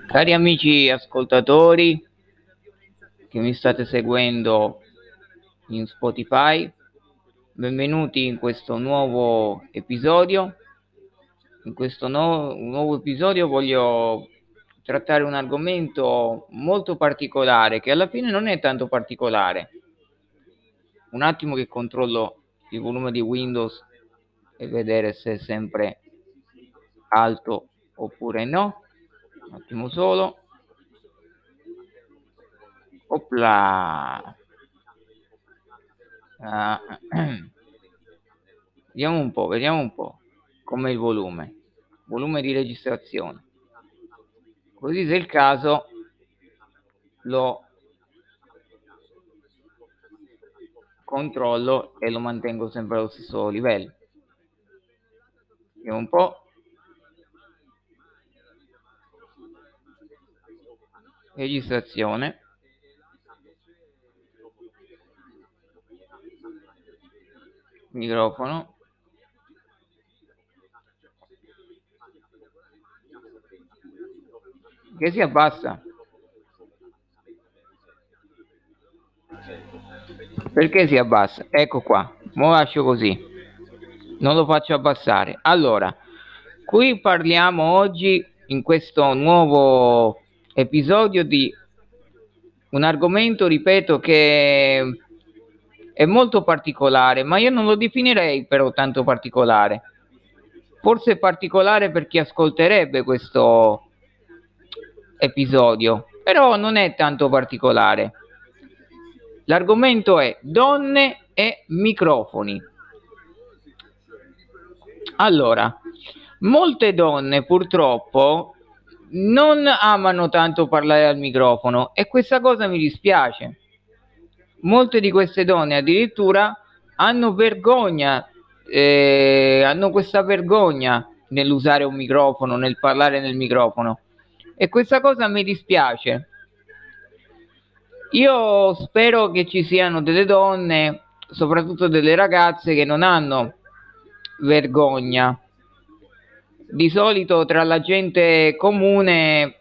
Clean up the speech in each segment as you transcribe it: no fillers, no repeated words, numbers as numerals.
Cari amici ascoltatori che mi state seguendo in Spotify, benvenuti in questo nuovo episodio. In questo nuovo episodio voglio trattare un argomento molto particolare, che alla fine non è tanto particolare. Un attimo che controllo il volume di Windows e vedere se è sempre alto oppure no. Un attimo solo. Opla. Vediamo un po' com'è il volume di registrazione, così se è il caso lo controllo e lo mantengo sempre allo stesso livello. Vediamo un po'. Registrazione. Microfono. Che si abbassa? Perché si abbassa? Ecco qua, mo lascio così, non lo faccio abbassare. Allora, qui parliamo oggi in questo nuovo episodio di un argomento, ripeto, che è molto particolare, ma io non lo definirei però tanto particolare. Forse particolare per chi ascolterebbe questo episodio, però non è tanto particolare. L'argomento è donne e microfoni. Allora, molte donne purtroppo non amano tanto parlare al microfono e questa cosa mi dispiace. Molte di queste donne addirittura hanno vergogna, hanno questa vergogna nell'usare un microfono, nel parlare nel microfono, e questa cosa mi dispiace. Io spero che ci siano delle donne, soprattutto delle ragazze, che non hanno vergogna. Di solito tra la gente comune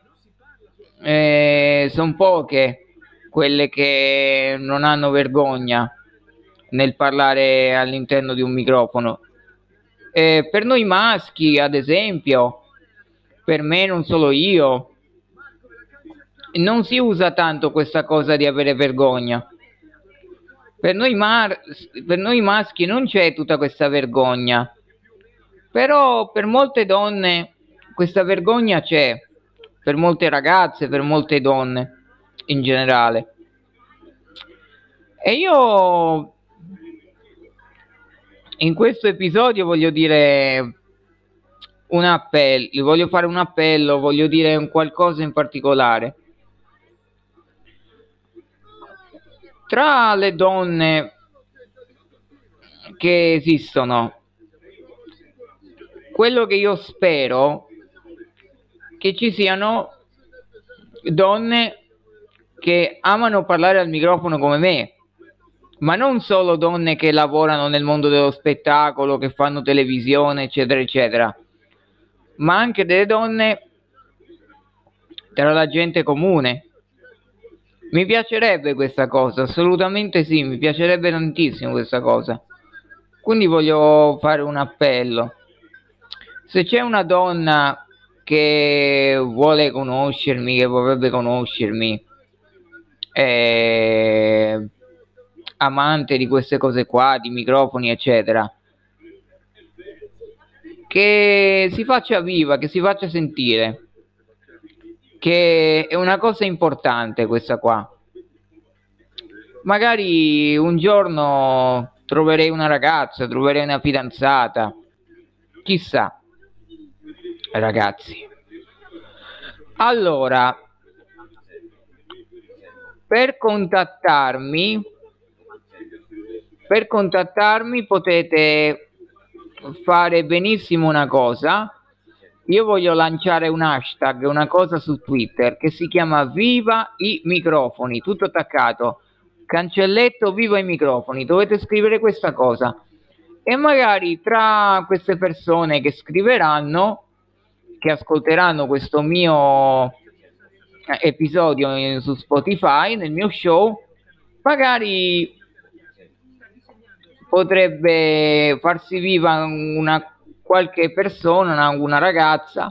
sono poche quelle che non hanno vergogna nel parlare all'interno di un microfono. Per noi maschi, ad esempio, per me, non solo io, non si usa tanto questa cosa di avere vergogna. Per noi maschi non c'è tutta questa vergogna, però per molte donne questa vergogna c'è, per molte ragazze, per molte donne in generale. E io in questo episodio voglio dire un appello, voglio fare un appello, voglio dire un qualcosa in particolare. Tra le donne che esistono, quello che io spero che ci siano donne che amano parlare al microfono come me, ma non solo donne che lavorano nel mondo dello spettacolo, che fanno televisione, eccetera, eccetera, ma anche delle donne tra la gente comune. Mi piacerebbe questa cosa, assolutamente sì, mi piacerebbe tantissimo questa cosa. Quindi voglio fare un appello. Se c'è una donna che vuole conoscermi, che vorrebbe conoscermi, amante di queste cose qua, di microfoni, eccetera, che si faccia viva, che si faccia sentire, che è una cosa importante questa qua. Magari un giorno troverei una ragazza, troverei una fidanzata, chissà, ragazzi. Allora, per contattarmi potete fare benissimo una cosa. Io voglio lanciare un hashtag, una cosa su Twitter che si chiama Viva i microfoni, tutto attaccato, cancelletto Viva i microfoni. Dovete scrivere questa cosa e magari tra queste persone che scriveranno, che ascolteranno questo mio episodio su Spotify, nel mio show, magari potrebbe farsi viva qualche persona, una ragazza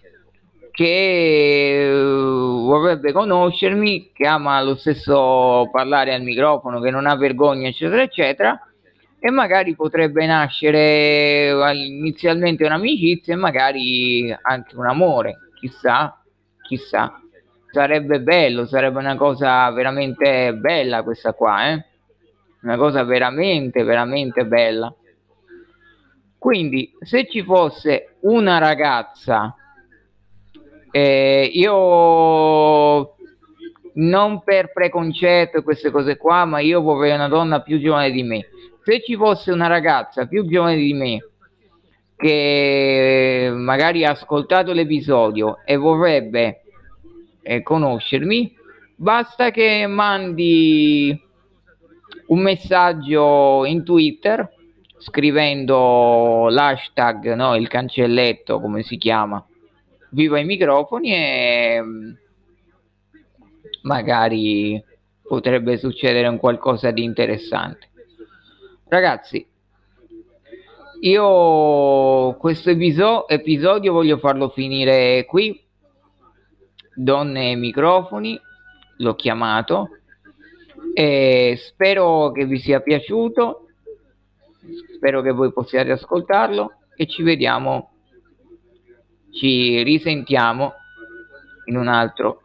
che vorrebbe conoscermi, che ama lo stesso parlare al microfono, che non ha vergogna, eccetera, eccetera, e magari potrebbe nascere inizialmente un'amicizia e magari anche un amore, chissà, chissà. Sarebbe bello, sarebbe una cosa veramente bella questa qua, una cosa veramente, veramente bella. Quindi, se ci fosse una ragazza, io non per preconcetto e queste cose qua, ma io vorrei una donna più giovane di me. Se ci fosse una ragazza più giovane di me che magari ha ascoltato l'episodio e vorrebbe conoscermi, basta che mandi un messaggio in Twitter scrivendo l'hashtag, no, il cancelletto, come si chiama, viva i microfoni, e magari potrebbe succedere un qualcosa di interessante. Ragazzi, io questo episodio voglio farlo finire qui. Donne e microfoni, l'ho chiamato, e spero che vi sia piaciuto, spero che voi possiate ascoltarlo e ci risentiamo in un altro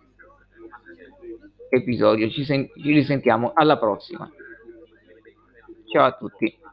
episodio. Ci risentiamo alla prossima. Ciao a tutti.